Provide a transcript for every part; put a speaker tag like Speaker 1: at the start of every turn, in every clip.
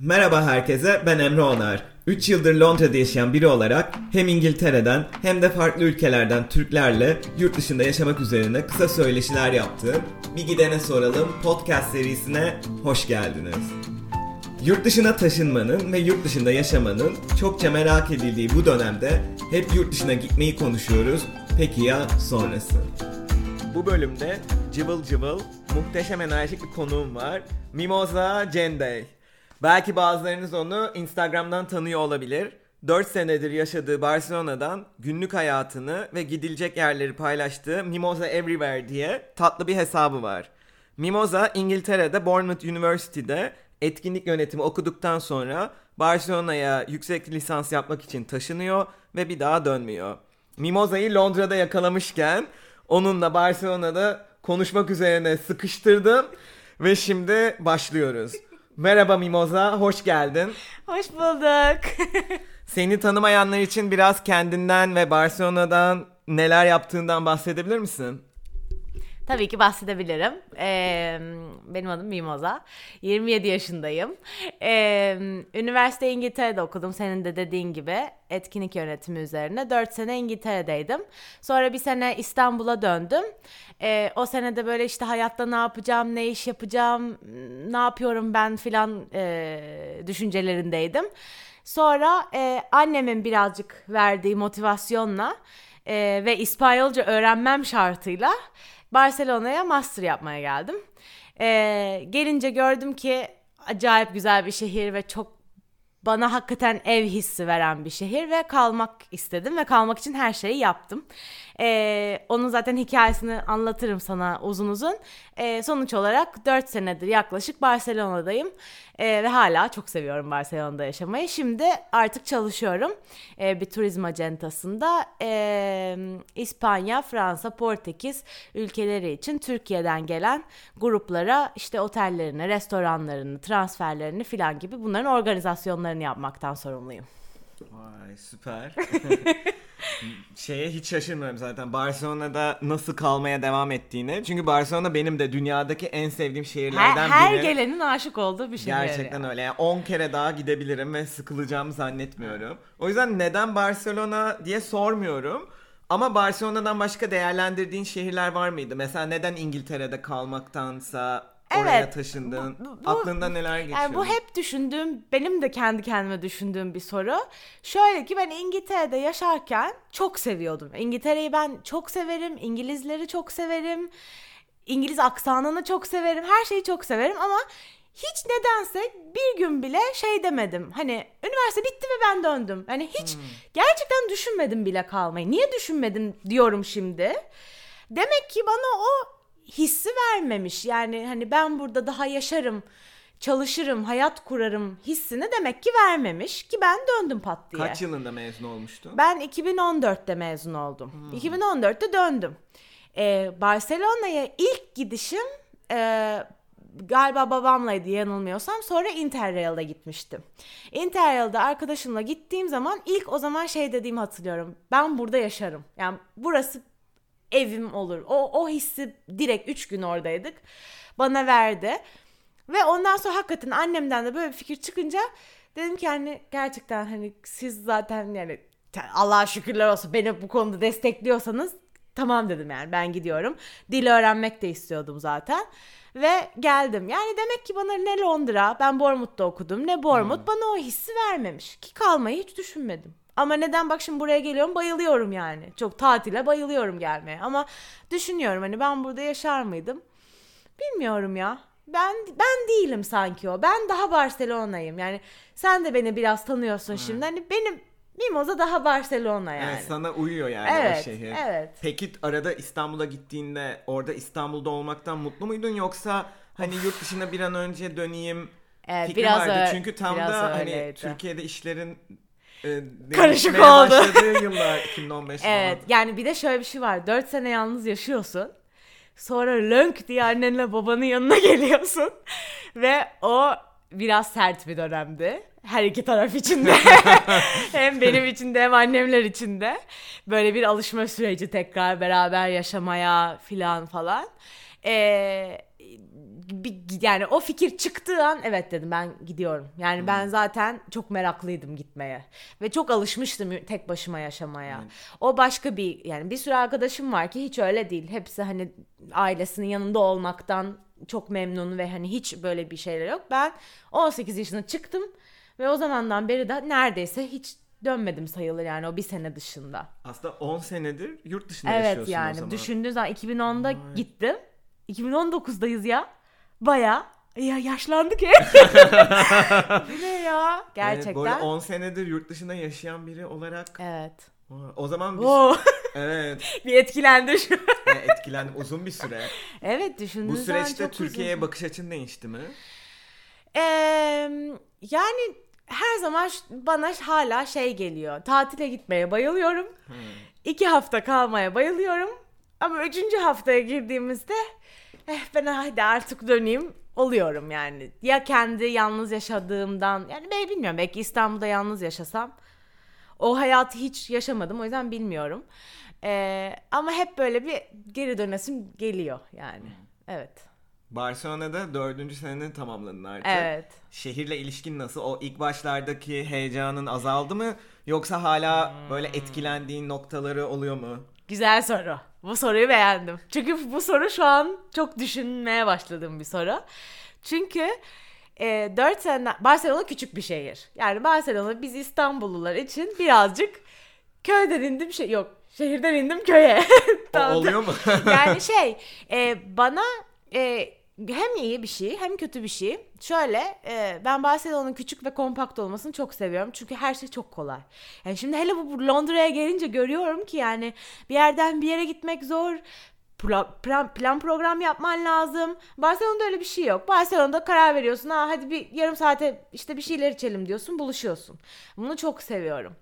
Speaker 1: Merhaba herkese, ben Emre Onar. 3 yıldır Londra'da yaşayan biri olarak hem İngiltere'den hem de farklı ülkelerden Türklerle yurt dışında yaşamak üzerine kısa söyleşiler yaptığım Bir Gidene Soralım podcast serisine hoş geldiniz. Yurt dışına taşınmanın ve yurt dışında yaşamanın çokça merak edildiği bu dönemde hep yurt dışına gitmeyi konuşuyoruz. Peki ya sonrası? Bu bölümde cıvıl cıvıl, muhteşem enerjik bir konuğum var. Mimosa Cenday. Belki bazılarınız onu Instagram'dan tanıyor olabilir. 4 senedir yaşadığı Barcelona'dan günlük hayatını ve gidilecek yerleri paylaştığı Mimosa Everywhere diye tatlı bir hesabı var. Mimosa, İngiltere'de Bournemouth University'de etkinlik yönetimi okuduktan sonra Barcelona'ya yüksek lisans yapmak için taşınıyor ve bir daha dönmüyor. Mimosa'yı Londra'da yakalamışken onunla Barcelona'da konuşmak üzerine sıkıştırdım ve şimdi başlıyoruz. Merhaba Mimosa, hoş geldin.
Speaker 2: Hoş bulduk.
Speaker 1: Seni tanımayanlar için biraz kendinden ve Barcelona'dan neler yaptığından bahsedebilir misin?
Speaker 2: Tabii ki bahsedebilirim. Benim adım Mimosa. 27 yaşındayım. Üniversite İngiltere'de okudum. Senin de dediğin gibi etkinlik yönetimi üzerine. 4 sene İngiltere'deydim. Sonra bir sene İstanbul'a döndüm. O senede böyle işte hayatta ne yapacağım, ne iş yapacağım, ne yapıyorum ben filan düşüncelerindeydim. Sonra annemin birazcık verdiği motivasyonla ve İspanyolca öğrenmem şartıyla Barcelona'ya master yapmaya geldim. Gelince gördüm ki acayip güzel bir şehir ve çok bana hakikaten ev hissi veren bir şehir ve kalmak istedim ve kalmak için her şeyi yaptım. Onun zaten hikayesini anlatırım sana uzun uzun. Sonuç olarak 4 senedir yaklaşık Barcelona'dayım ve hala çok seviyorum Barcelona'da yaşamayı. Şimdi artık çalışıyorum bir turizm acentasında. İspanya, Fransa, Portekiz ülkeleri için Türkiye'den gelen gruplara işte otellerini, restoranlarını, transferlerini filan gibi bunların organizasyonlarını yapmaktan sorumluyum.
Speaker 1: Vay süper. Hiç şaşırmıyorum zaten Barcelona'da nasıl kalmaya devam ettiğini. Çünkü Barcelona benim de dünyadaki en sevdiğim şehirlerden biri.
Speaker 2: Her gelenin aşık olduğu bir şehir.
Speaker 1: Gerçekten yani. Öyle. Yani 10 kere daha gidebilirim ve sıkılacağımı zannetmiyorum. O yüzden neden Barcelona diye sormuyorum. Ama Barcelona'dan başka değerlendirdiğin şehirler var mıydı? Mesela neden İngiltere'de kalmaktansa oraya taşındın? Aklında neler geçiyor?
Speaker 2: Yani bu hep düşündüğüm, benim de kendi kendime düşündüğüm bir soru. Şöyle ki ben İngiltere'de yaşarken çok seviyordum. İngiltere'yi ben çok severim, İngilizleri çok severim, İngiliz aksanını çok severim, her şeyi çok severim ama hiç nedense bir gün bile demedim. Hani üniversite bitti ve ben döndüm. Hani hiç gerçekten düşünmedim bile kalmayı. Niye düşünmedim diyorum şimdi. Demek ki bana o hissi vermemiş. Yani hani ben burada daha yaşarım, çalışırım, hayat kurarım hissini demek ki vermemiş ki ben döndüm pat diye.
Speaker 1: Kaç yılında mezun olmuştun?
Speaker 2: Ben 2014'te mezun oldum. 2014'te döndüm. Barcelona'ya ilk gidişim galiba babamlaydı yanılmıyorsam. Sonra Interrail'da gitmiştim. Interrail'da arkadaşımla gittiğim zaman ilk o zaman dediğimi hatırlıyorum. Ben burada yaşarım. Yani burası evim olur. O hissi direkt 3 gün oradaydık. Bana verdi. Ve ondan sonra hakikaten annemden de böyle bir fikir çıkınca dedim ki hani gerçekten hani siz zaten yani Allah'a şükürler olsun beni bu konuda destekliyorsanız tamam dedim yani ben gidiyorum. Dil öğrenmek de istiyordum zaten. Ve geldim. Yani demek ki bana ne Londra, ben Bournemouth'ta okudum, ne Bournemouth bana o hissi vermemiş. Ki kalmayı hiç düşünmedim. Ama neden bak şimdi buraya geliyorum, bayılıyorum yani. Çok tatile bayılıyorum gelmeye. Ama düşünüyorum hani ben burada yaşar mıydım? Bilmiyorum ya. Ben değilim sanki o. Ben daha Barcelona'yım. Yani sen de beni biraz tanıyorsun şimdi. Hani benim Mimosa daha Barcelona yani.
Speaker 1: Evet, sana uyuyor yani
Speaker 2: evet,
Speaker 1: o şehir.
Speaker 2: Evet.
Speaker 1: Peki arada İstanbul'a gittiğinde orada İstanbul'da olmaktan mutlu muydun yoksa hani yurt dışına bir an önce döneyim fikri vardı? Çünkü tam da hani Türkiye'de işlerin
Speaker 2: karışık oldu.
Speaker 1: Başladığı yıllar 2015 falan.
Speaker 2: Evet yani bir de şöyle bir şey var. 4 sene yalnız yaşıyorsun. Sonra lönk diye annenle babanın yanına geliyorsun. Ve o biraz sert bir dönemdi. Her iki taraf için de. Hem benim için de hem annemler için de. Böyle bir alışma süreci tekrar beraber yaşamaya filan falan. yani o fikir çıktığı an evet dedim, ben gidiyorum. Yani ben zaten çok meraklıydım gitmeye ve çok alışmıştım tek başıma yaşamaya. O başka bir, yani bir sürü arkadaşım var ki hiç öyle değil. Hepsi hani ailesinin yanında olmaktan çok memnun ve hani hiç böyle bir şeyler yok. Ben 18 yaşına çıktım ve o zamandan beri de neredeyse hiç dönmedim sayılır, yani o bir sene dışında.
Speaker 1: Aslında 10 senedir yurt dışında
Speaker 2: Evet
Speaker 1: yaşıyorsun
Speaker 2: yani
Speaker 1: o zaman.
Speaker 2: düşündüğün zaman 2010'da gittim. 2019'dayız ya. Baya ya yaşlandık ya. Bu ne ya? Gerçekten.
Speaker 1: Böyle 10 senedir yurt dışında yaşayan biri olarak.
Speaker 2: Evet.
Speaker 1: O zaman biz... Evet.
Speaker 2: Bir etkilendim şu an.
Speaker 1: Etkilendim uzun bir süre.
Speaker 2: Evet, düşündüğün
Speaker 1: Bu
Speaker 2: zaman
Speaker 1: süreçte
Speaker 2: çok
Speaker 1: Türkiye'ye
Speaker 2: uzun.
Speaker 1: bakış açın değişti mi?
Speaker 2: Yani her zaman bana hala şey geliyor. Tatile gitmeye bayılıyorum. 2 hafta kalmaya bayılıyorum. Ama 3. haftaya girdiğimizde ben hadi artık döneyim oluyorum yani. Ya kendi yalnız yaşadığımdan, yani ben bilmiyorum, belki İstanbul'da yalnız yaşasam o hayatı hiç yaşamadım, o yüzden bilmiyorum. Ama hep böyle bir geri dönesim geliyor yani. Evet.
Speaker 1: Barcelona'da 4. seneni tamamladın artık.
Speaker 2: Evet.
Speaker 1: Şehirle ilişkin nasıl? O ilk başlardaki heyecanın azaldı mı? Yoksa hala böyle etkilendiğin noktaları oluyor mu?
Speaker 2: Güzel soru. Bu soruyu beğendim. Çünkü bu soru şu an çok düşünmeye başladığım bir soru. Çünkü 4 sene Barcelona küçük bir şehir. Yani Barcelona biz İstanbullular için birazcık köyden indim şehirden indim köye.
Speaker 1: Oluyor mu?
Speaker 2: Yani bana hem iyi bir şey hem kötü bir şey. Şöyle ben Barcelona'nın küçük ve kompakt olmasını çok seviyorum. Çünkü her şey çok kolay. Yani şimdi hele bu Londra'ya gelince görüyorum ki yani bir yerden bir yere gitmek zor. Plan program yapman lazım. Barcelona'da öyle bir şey yok. Barcelona'da karar veriyorsun. Hadi bir yarım saate işte bir şeyler içelim diyorsun. Buluşuyorsun. Bunu çok seviyorum.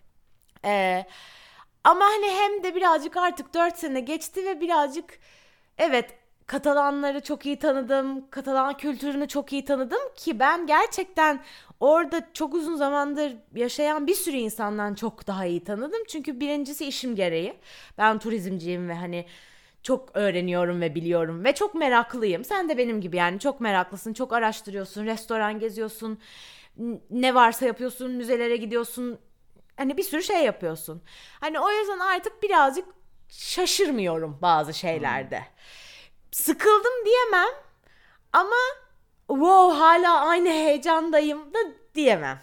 Speaker 2: Ama hani hem de birazcık artık 4 sene geçti ve birazcık evet, Katalanları çok iyi tanıdım. Katalan kültürünü çok iyi tanıdım ki ben gerçekten orada çok uzun zamandır yaşayan bir sürü insandan çok daha iyi tanıdım. Çünkü birincisi işim gereği. Ben turizmciyim ve hani çok öğreniyorum ve biliyorum ve çok meraklıyım. Sen de benim gibi yani çok meraklısın, çok araştırıyorsun, restoran geziyorsun, ne varsa yapıyorsun, müzelere gidiyorsun. Hani bir sürü şey yapıyorsun. Hani o yüzden artık birazcık şaşırmıyorum bazı şeylerde. Sıkıldım diyemem ama wow hala aynı heyecandayım da diyemem.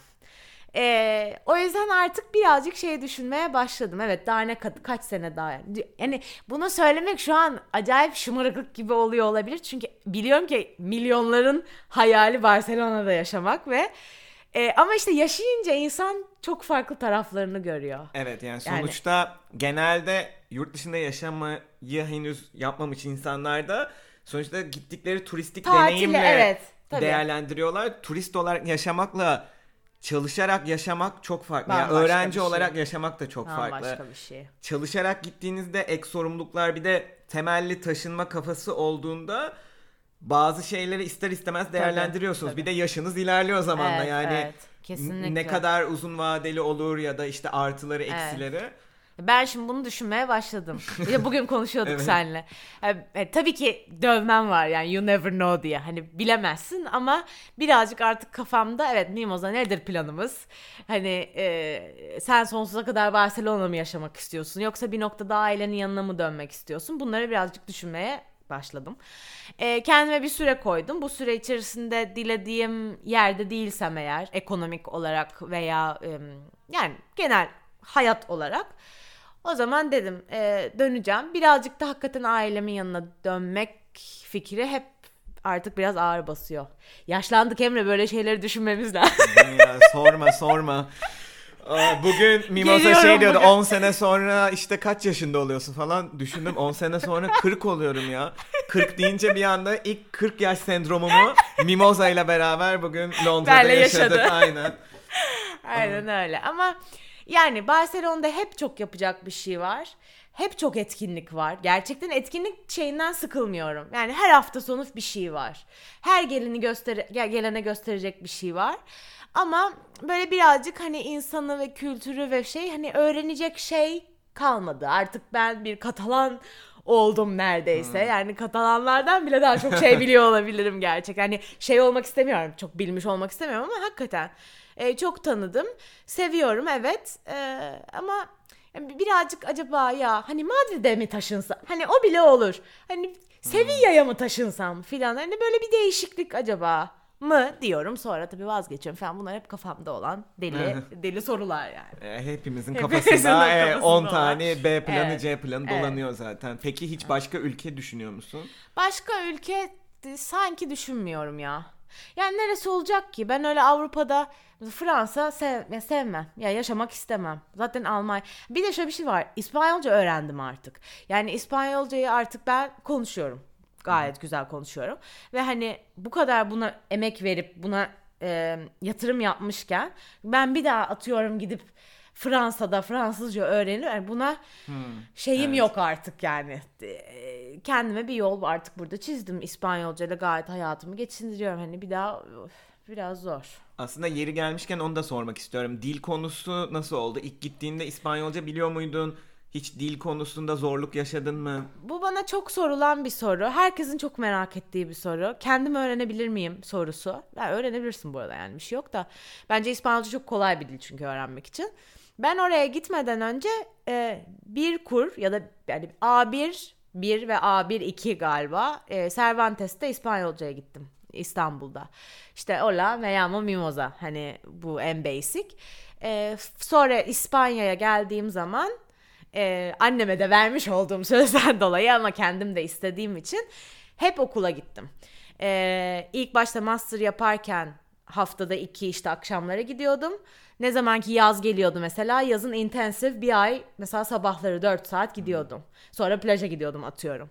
Speaker 2: O yüzden artık birazcık düşünmeye başladım. Evet, daha kaç sene daha yani bunu söylemek şu an acayip şımarıklık gibi oluyor olabilir. Çünkü biliyorum ki milyonların hayali Barcelona'da yaşamak ve ama işte yaşayınca insan çok farklı taraflarını görüyor.
Speaker 1: Evet yani sonuçta genelde yurt dışında yaşamayı henüz yapmamış insanlar da sonuçta gittikleri turistik deneyimle değerlendiriyorlar. Turist olarak yaşamakla çalışarak yaşamak çok farklı. Yani öğrenci olarak yaşamak da çok farklı.
Speaker 2: Başka bir şey.
Speaker 1: Çalışarak gittiğinizde ek sorumluluklar, bir de temelli taşınma kafası olduğunda bazı şeyleri ister istemez değerlendiriyorsunuz. Tabii. Bir de yaşınız ilerliyor zamanla yani.
Speaker 2: Kesinlikle.
Speaker 1: Ne kadar uzun vadeli olur ya da işte artıları, eksileri.
Speaker 2: Ben şimdi bunu düşünmeye başladım. Bugün konuşuyorduk seninle. Tabii ki dövmem var yani you never know diye. Hani bilemezsin ama birazcık artık kafamda Mimoza nedir planımız? Hani sen sonsuza kadar Barcelona'da mı yaşamak istiyorsun? Yoksa bir noktada ailenin yanına mı dönmek istiyorsun? Bunları birazcık düşünmeye başladım. Kendime bir süre koydum. Bu süre içerisinde dilediğim yerde değilsem eğer, ekonomik olarak veya yani genel hayat olarak, o zaman dedim döneceğim. Birazcık da hakikaten ailemin yanına dönmek fikri hep artık biraz ağır basıyor. Yaşlandık Emre, böyle şeyleri düşünmemiz lazım.
Speaker 1: Ya, sorma. Bugün Mimoza diyordu, 10 sene sonra işte kaç yaşında oluyorsun falan. Düşündüm, 10 sene sonra 40 oluyorum ya. 40 deyince bir anda ilk 40 yaş sendromumu Mimoza ile beraber bugün Londra'da yaşadık.
Speaker 2: Aynen öyle ama yani Barcelona'da hep çok yapacak bir şey var. Hep çok etkinlik var. Gerçekten etkinlik şeyinden sıkılmıyorum. Yani her hafta sonu bir şey var. Her gelene gösterecek bir şey var. Ama böyle birazcık hani insanı ve kültürü ve hani öğrenecek şey kalmadı. Artık ben bir Katalan oldum neredeyse. Yani Katalanlardan bile daha çok şey biliyor olabilirim gerçekten. Hani şey olmak istemiyorum, çok bilmiş olmak istemiyorum ama hakikaten çok tanıdım. Seviyorum evet. Ama birazcık acaba ya hani Madrid'e mi taşınsa? Hani o bile olur. Hani Sevilla'ya mı taşınsam filan. Hani böyle bir değişiklik acaba mı diyorum, sonra tabii vazgeçiyorum falan. Bunlar hep kafamda olan deli sorular yani.
Speaker 1: Hepimizin
Speaker 2: Hepimizin
Speaker 1: kafasında 10
Speaker 2: kafasında
Speaker 1: tane B planı
Speaker 2: Evet.
Speaker 1: C planı
Speaker 2: Evet.
Speaker 1: dolanıyor zaten. Peki hiç başka ülke düşünüyor musun?
Speaker 2: Başka ülke sanki düşünmüyorum ya. Yani neresi olacak ki? Ben öyle Avrupa'da Fransa sevmem. Ya yaşamak istemem. Zaten Almanya. Bir de şöyle bir şey var. İspanyolca öğrendim artık. Yani İspanyolcayı artık ben konuşuyorum. Gayet güzel konuşuyorum. Ve hani bu kadar buna emek verip buna yatırım yapmışken ben bir daha atıyorum gidip Fransa'da Fransızca öğrenir. Yani buna şeyim
Speaker 1: evet.
Speaker 2: yok artık yani. Kendime bir yol artık burada çizdim. İspanyolcayla gayet hayatımı geçindiriyorum. Hani bir daha biraz zor.
Speaker 1: Aslında yeri gelmişken onu da sormak istiyorum. Dil konusu nasıl oldu? İlk gittiğinde İspanyolca biliyor muydun? Hiç dil konusunda zorluk yaşadın mı?
Speaker 2: Bu bana çok sorulan bir soru. Herkesin çok merak ettiği bir soru. Kendim öğrenebilir miyim sorusu. Ya öğrenebilirsin bu arada, yani bir şey yok da. Bence İspanyolca çok kolay bir dil çünkü öğrenmek için. Ben oraya gitmeden önce bir kur ya da yani A1 ve A1-2 galiba Cervantes'te İspanyolcaya gittim İstanbul'da. İşte hola, me llamo Mimosa, hani bu en basic. Sonra İspanya'ya geldiğim zaman anneme de vermiş olduğum sözden dolayı ama kendim de istediğim için hep okula gittim. İlk başta master yaparken haftada 2 işte akşamlara gidiyordum. Ne zamanki yaz geliyordu mesela, yazın intensive bir ay mesela sabahları 4 saat gidiyordum. Sonra plaja gidiyordum atıyorum.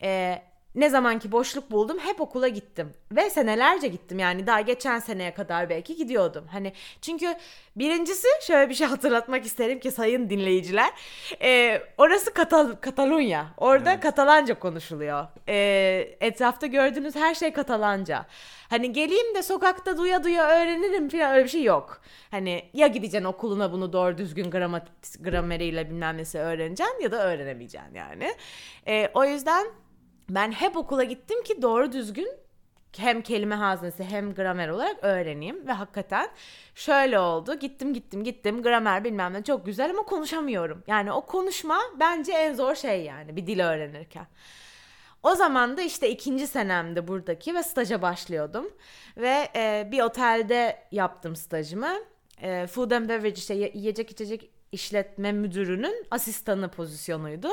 Speaker 2: Ne zamanki boşluk buldum hep okula gittim. Ve senelerce gittim, yani daha geçen seneye kadar belki gidiyordum. Hani çünkü birincisi şöyle bir şey hatırlatmak isterim ki sayın dinleyiciler. Orası Katalunya. Orada
Speaker 1: Evet.
Speaker 2: Katalanca konuşuluyor. Etrafta gördüğünüz her şey Katalanca. Hani geleyim de sokakta duya duya öğrenirim falan, öyle bir şey yok. Hani ya gideceksin okuluna bunu doğru düzgün grameriyle bilmem nesi öğreneceksin ya da öğrenemeyeceksin yani. O yüzden ben hep okula gittim ki doğru düzgün hem kelime haznesi hem gramer olarak öğreneyim. Ve hakikaten şöyle oldu. Gittim. Gramer bilmem ne çok güzel ama konuşamıyorum. Yani o konuşma bence en zor şey yani bir dil öğrenirken. O zaman da işte 2. senemde buradaki ve staja başlıyordum. Ve bir otelde yaptım stajımı. Food and Beverage, işte yiyecek içecek işletme müdürünün asistanı pozisyonuydu.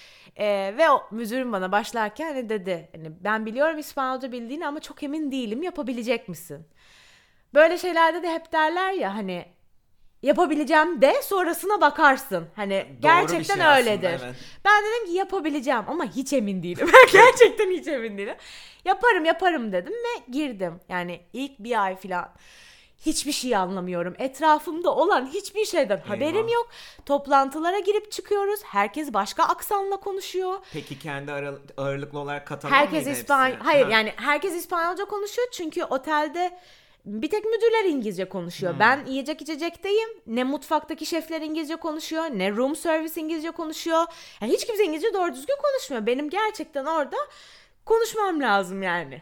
Speaker 2: Ve o müdürüm bana başlarken hani dedi, hani ben biliyorum İspanyolca bildiğini ama çok emin değilim, yapabilecek misin? Böyle şeylerde de hep derler ya hani yapabileceğim de sonrasına bakarsın. Hani
Speaker 1: Doğru
Speaker 2: gerçekten
Speaker 1: bir şey aslında,
Speaker 2: öyledir.
Speaker 1: evet.
Speaker 2: Ben dedim ki yapabileceğim ama hiç emin değilim. Gerçekten hiç emin değilim. Yaparım dedim ve girdim. Yani ilk bir ay falan hiçbir şey anlamıyorum. Etrafımda olan hiçbir şeyden haberim yok. Toplantılara girip çıkıyoruz. Herkes başka aksanla konuşuyor.
Speaker 1: Peki kendi ağırlıklı olarak Katalan
Speaker 2: Herkes
Speaker 1: mıydı
Speaker 2: İspanyol.
Speaker 1: hepsi?
Speaker 2: Hayır
Speaker 1: Ha.
Speaker 2: yani herkes İspanyolca konuşuyor çünkü otelde bir tek müdürler İngilizce konuşuyor. Ben yiyecek içecekteyim. Ne mutfaktaki şefler İngilizce konuşuyor, ne room service İngilizce konuşuyor. Yani hiç kimse İngilizce doğru düzgün konuşmuyor. Benim gerçekten orada konuşmam lazım yani.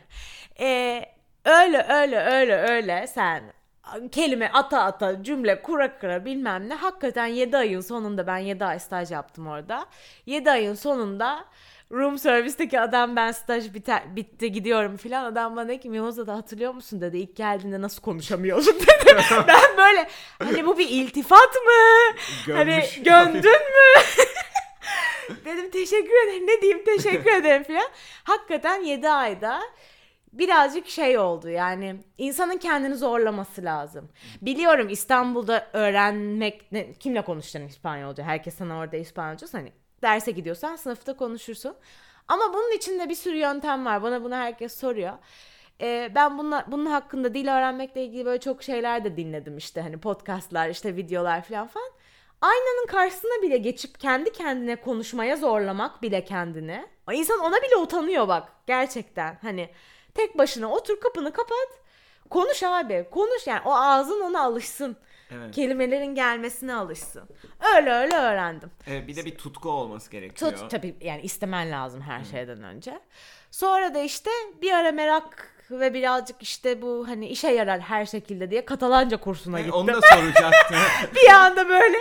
Speaker 2: Öyle sen kelime ata cümle kura bilmem ne. Hakikaten 7 ayın sonunda, ben 7 ay staj yaptım orada. 7 ayın sonunda room service'teki adam, ben staj bitti gidiyorum filan, adam bana dedi ki Mimosa'da hatırlıyor musun dedi, ilk geldiğinde nasıl konuşamıyordun dedi. Ben böyle hani bu bir iltifat mı? Hani göndün mü? Dedim teşekkür ederim, ne diyeyim, teşekkür ederim filan. Hakikaten 7 ayda birazcık şey oldu, yani insanın kendini zorlaması lazım. Biliyorum İstanbul'da öğrenmek kimle konuşacaksın İspanyolca? Herkes sana orada İspanyolca, hani derse gidiyorsan sınıfta konuşursun. Ama bunun içinde bir sürü yöntem var. Bana bunu herkes soruyor. Ben bunun hakkında, dil öğrenmekle ilgili böyle çok şeyler de dinledim, işte hani podcastlar, işte videolar falan. Aynanın karşısına bile geçip kendi kendine konuşmaya zorlamak bile kendini. İnsan ona bile utanıyor bak gerçekten. Hani tek başına otur, kapını kapat. Konuş abi. Konuş yani. O ağzın ona alışsın.
Speaker 1: Evet.
Speaker 2: Kelimelerin gelmesine alışsın. Öyle öğrendim.
Speaker 1: Bir de bir tutku olması gerekiyor.
Speaker 2: Tabii yani istemen lazım her şeyden önce. Sonra da işte bir ara merak ve birazcık işte bu hani işe yarar her şekilde diye Katalanca kursuna gittim.
Speaker 1: Onu da soracaktım.
Speaker 2: Bir anda böyle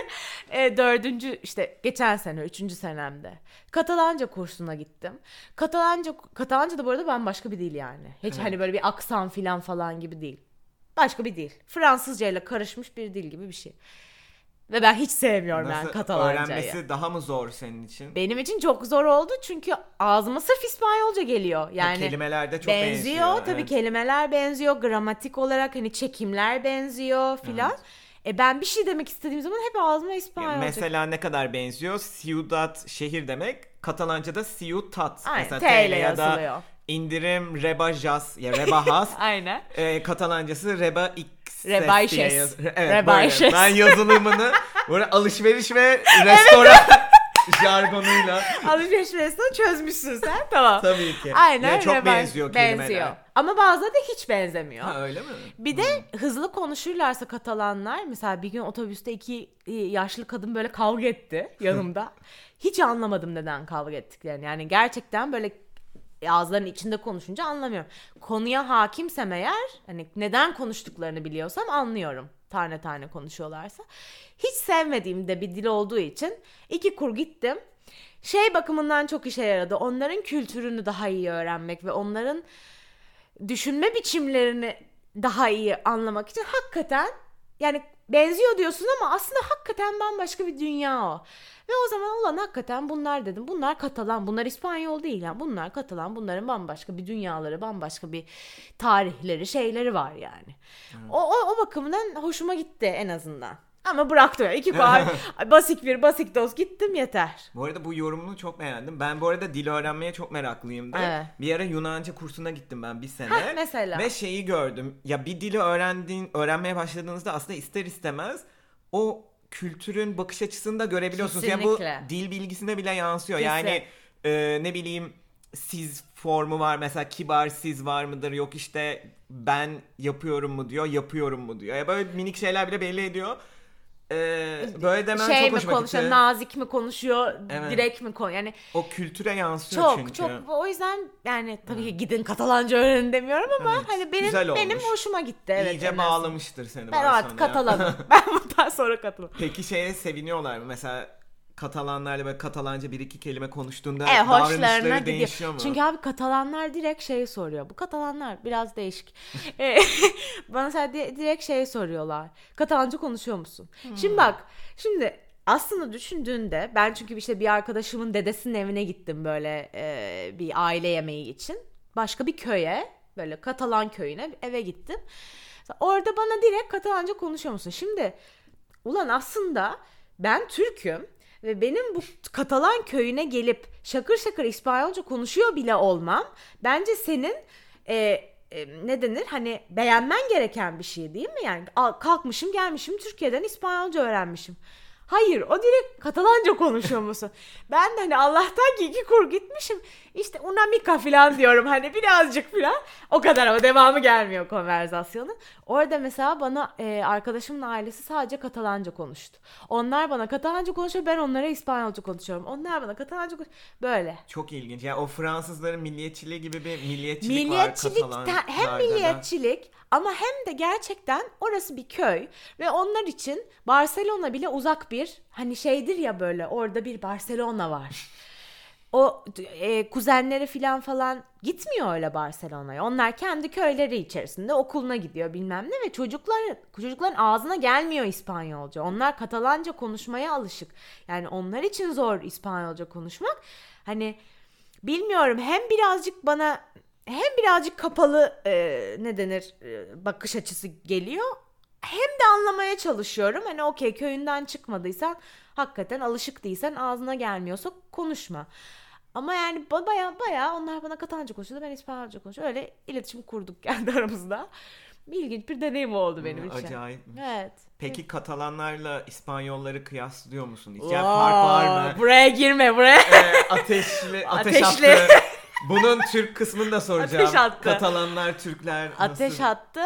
Speaker 2: 4. işte geçen sene 3. senemde Katalanca kursuna gittim. Katalanca da bu arada bambaşka bir dil yani. Hiç hani böyle bir aksan falan gibi değil. Başka bir dil. Fransızca ile karışmış bir dil gibi bir şey. Ve ben hiç sevmiyorum yani Katalancayı.
Speaker 1: Öğrenmesi daha mı zor senin için?
Speaker 2: Benim için çok zor oldu çünkü ağzıma sırf İspanyolca geliyor. Yani
Speaker 1: kelimeler de çok
Speaker 2: benziyor. Tabii
Speaker 1: evet.
Speaker 2: Kelimeler benziyor. Gramatik olarak hani çekimler benziyor filan. Ben bir şey demek istediğim zaman hep ağzıma İspanyolca.
Speaker 1: Mesela ne kadar benziyor? Ciudad şehir demek. Katalanca'da ciutat.
Speaker 2: Aynen,
Speaker 1: Mesela
Speaker 2: T ile
Speaker 1: ya da
Speaker 2: yazılıyor.
Speaker 1: indirim rebajas ya rebajas.
Speaker 2: Aynen.
Speaker 1: Katalancası reba x.
Speaker 2: Rebaixes.
Speaker 1: Evet,
Speaker 2: Rebaixes.
Speaker 1: böyle. Ben yazılımını böyle alışveriş ve restoran jargonuyla.
Speaker 2: Alışveriş resmini çözmüşsün sen. Tamam.
Speaker 1: Tabii ki.
Speaker 2: Aynen.
Speaker 1: Yani çok benziyor kelimeler.
Speaker 2: Ama bazen de hiç benzemiyor.
Speaker 1: Ha, öyle mi?
Speaker 2: Bir de hızlı konuşurlarsa Katalanlar, mesela bir gün otobüste 2 yaşlı kadın böyle kavga etti yanımda. Hiç anlamadım neden kavga ettiklerini. Yani gerçekten böyle ağızlarının içinde konuşunca anlamıyorum. Konuya hakimsem eğer, hani neden konuştuklarını biliyorsam anlıyorum. Tane tane konuşuyorlarsa. Hiç sevmediğim de bir dil olduğu için 2 kur gittim. Bakımından çok işe yaradı. Onların kültürünü daha iyi öğrenmek ve onların düşünme biçimlerini daha iyi anlamak için hakikaten yani benziyor diyorsun ama aslında hakikaten bambaşka bir dünya o. Ve o zaman ulan hakikaten bunlar dedim. Bunlar Katalan, bunlar İspanyol değil yani. Bunlar Katalan, bunların bambaşka bir dünyaları, bambaşka bir tarihleri, şeyleri var yani. O bakımdan hoşuma gitti en azından. Ama bıraktım. 2 puan basik doz gittim yeter.
Speaker 1: Bu arada bu yorumunu çok beğendim. Ben bu arada dil öğrenmeye çok meraklıyımdır.
Speaker 2: Evet.
Speaker 1: Bir ara Yunanca kursuna gittim ben bir sene.
Speaker 2: Mesela.
Speaker 1: Ve şeyi gördüm. Ya bir dili öğrenmeye başladığınızda aslında ister istemez o kültürün bakış açısını da görebiliyorsunuz.
Speaker 2: Kesinlikle.
Speaker 1: Yani bu dil bilgisine bile yansıyor.
Speaker 2: Kesin.
Speaker 1: Yani ne bileyim siz formu var mesela, kibar siz var mıdır, yok işte ben yapıyorum mu diyor, yapıyorum mu diyor. Ya böyle minik şeyler bile belli ediyor. Böyle demen çok
Speaker 2: mi
Speaker 1: hoşuma
Speaker 2: konuşuyor,
Speaker 1: gitti.
Speaker 2: nazik mi konuşuyor,
Speaker 1: Evet.
Speaker 2: direkt mi konuşuyor? Yani
Speaker 1: o kültüre yansıyor çünkü.
Speaker 2: çok o yüzden yani tabii ki gidin Katalanca öğrenin demiyorum ama
Speaker 1: Evet,
Speaker 2: hani
Speaker 1: güzel
Speaker 2: benim
Speaker 1: olmuş.
Speaker 2: hoşuma gitti. Evet,
Speaker 1: İyice bağlamıştır seni.
Speaker 2: Ben artık
Speaker 1: sonra ya.
Speaker 2: Katalanım. Ben bundan sonra Katalanım.
Speaker 1: Peki seviniyorlar mı? Mesela Katalanlarla böyle Katalanca bir iki kelime konuştuğunda
Speaker 2: Hoşlarına
Speaker 1: davranışları
Speaker 2: gidiyor.
Speaker 1: değişiyor mu?
Speaker 2: Çünkü abi Katalanlar direkt soruyor. Bu Katalanlar biraz değişik. Bana direkt soruyorlar. Katalanca konuşuyor musun? Şimdi aslında düşündüğünde ben çünkü işte bir arkadaşımın dedesinin evine gittim böyle bir aile yemeği için. Başka bir köye, böyle Katalan köyüne eve gittim. Orada bana direkt Katalanca konuşuyor musun? Şimdi ulan aslında ben Türk'üm. Ve benim bu Katalan köyüne gelip şakır şakır İspanyolca konuşuyor bile olmam bence senin ne denir hani beğenmen gereken bir şey değil mi? Yani kalkmışım gelmişim Türkiye'den İspanyolca öğrenmişim. Hayır, o direkt Katalanca konuşuyor musun? Ben de hani Allah'tan ki 2 kur gitmişim. İşte una mica falan diyorum hani birazcık falan. O kadar ama devamı gelmiyor konversasyonun. Orada mesela bana arkadaşımın ailesi sadece Katalanca konuştu. Onlar bana Katalanca konuşuyor, ben onlara İspanyolca konuşuyorum. Onlar bana Katalanca konuşuyor. Böyle.
Speaker 1: Çok ilginç. Yani o Fransızların milliyetçiliği gibi bir milliyetçilik var Katalanlarda.
Speaker 2: Hem milliyetçilik ama hem de gerçekten orası bir köy ve onlar için Barcelona bile uzak bir hani şeydir ya, böyle orada bir Barcelona var. O kuzenleri falan gitmiyor öyle Barcelona'ya. Onlar kendi köyleri içerisinde okuluna gidiyor bilmem ne ve çocukların ağzına gelmiyor İspanyolca. Onlar Katalanca konuşmaya alışık. Yani onlar için zor İspanyolca konuşmak. Hani bilmiyorum, hem birazcık kapalı bakış açısı geliyor. Hem de anlamaya çalışıyorum. Hani okey, köyünden çıkmadıysan, hakikaten alışık değilsen, ağzına gelmiyorsa konuşma. Ama yani baya onlar bana Katalanca konuşuyordu, ben İspanyolca konuşuyorum. Öyle iletişim kurduk kendi aramızda. İlginç bir deneyim oldu benim için.
Speaker 1: Acayip.
Speaker 2: Evet.
Speaker 1: Peki Katalanlarla İspanyolları kıyaslıyor musun hiç? Yani fark var mı?
Speaker 2: Buraya girme.
Speaker 1: Ateş
Speaker 2: Ateşli.
Speaker 1: attı. Bunun Türk kısmını da soracağım.
Speaker 2: Ateş attı.
Speaker 1: Katalanlar, Türkler nasıl?
Speaker 2: Ateş attı.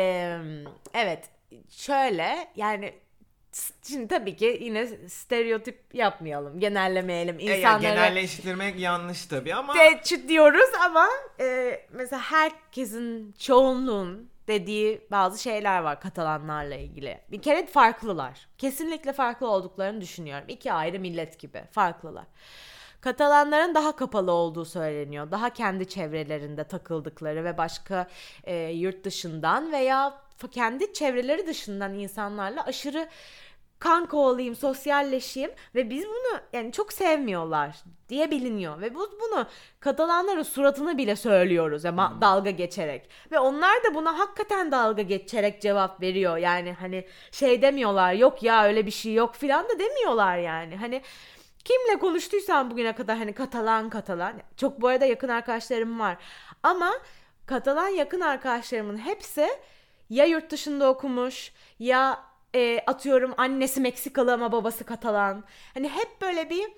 Speaker 2: Evet. Şöyle yani şimdi tabii ki yine stereotip yapmayalım. Genellemeyelim. İnsanları
Speaker 1: genelleştirmek yanlış tabii ama.
Speaker 2: Diyoruz ama mesela herkesin, çoğunluğun dediği bazı şeyler var Katalanlarla ilgili. Bir kere farklılar. Kesinlikle farklı olduklarını düşünüyorum. İki ayrı millet gibi farklılar. Katalanların daha kapalı olduğu söyleniyor. Daha kendi çevrelerinde takıldıkları ve başka yurt dışından veya kendi çevreleri dışından insanlarla aşırı kanka olayım, sosyalleşeyim ve biz bunu yani çok sevmiyorlar diye biliniyor. Ve bunu Katalanların suratına bile söylüyoruz yani dalga geçerek. Ve onlar da buna hakikaten dalga geçerek cevap veriyor. Yani hani şey demiyorlar, yok ya öyle bir şey yok filan da demiyorlar yani. Hani kimle konuştuysam bugüne kadar hani Katalan. Çok bu arada yakın arkadaşlarım var. Ama Katalan yakın arkadaşlarımın hepsi ya yurt dışında okumuş ya atıyorum annesi Meksikalı ama babası Katalan. Hani hep böyle bir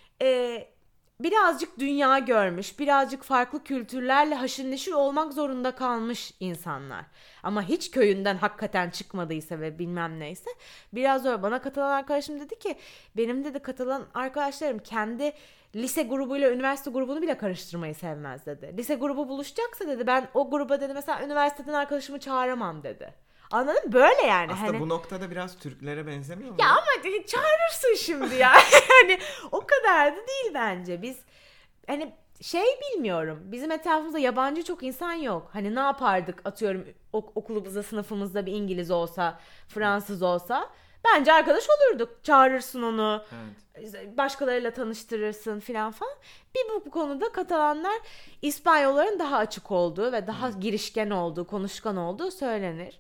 Speaker 2: birazcık dünya görmüş, birazcık farklı kültürlerle haşır neşir olmak zorunda kalmış insanlar. Ama hiç köyünden hakikaten çıkmadıysa ve bilmem neyse. Biraz öyle bana Katalan arkadaşım dedi ki benim dedi Katalan arkadaşlarım kendi lise grubuyla üniversite grubunu bile karıştırmayı sevmez dedi. Lise grubu buluşacaksa dedi ben o gruba dedi mesela üniversiteden arkadaşımı çağıramam dedi. Anladın mı? Böyle yani.
Speaker 1: Aslında
Speaker 2: hani
Speaker 1: bu noktada biraz Türklere benzemiyor mu?
Speaker 2: Ya ama çağırırsın şimdi ya. Hani o kadar da değil bence. Biz hani bilmiyorum. Bizim etrafımızda yabancı çok insan yok. Hani ne yapardık atıyorum okulumuzda sınıfımızda bir İngiliz olsa, Fransız olsa. Bence arkadaş olurduk. Çağırırsın onu. Evet. Başkalarıyla tanıştırırsın filan falan. Bu konuda Katalanlar İspanyolların daha açık olduğu ve daha girişken olduğu, konuşkan olduğu söylenir.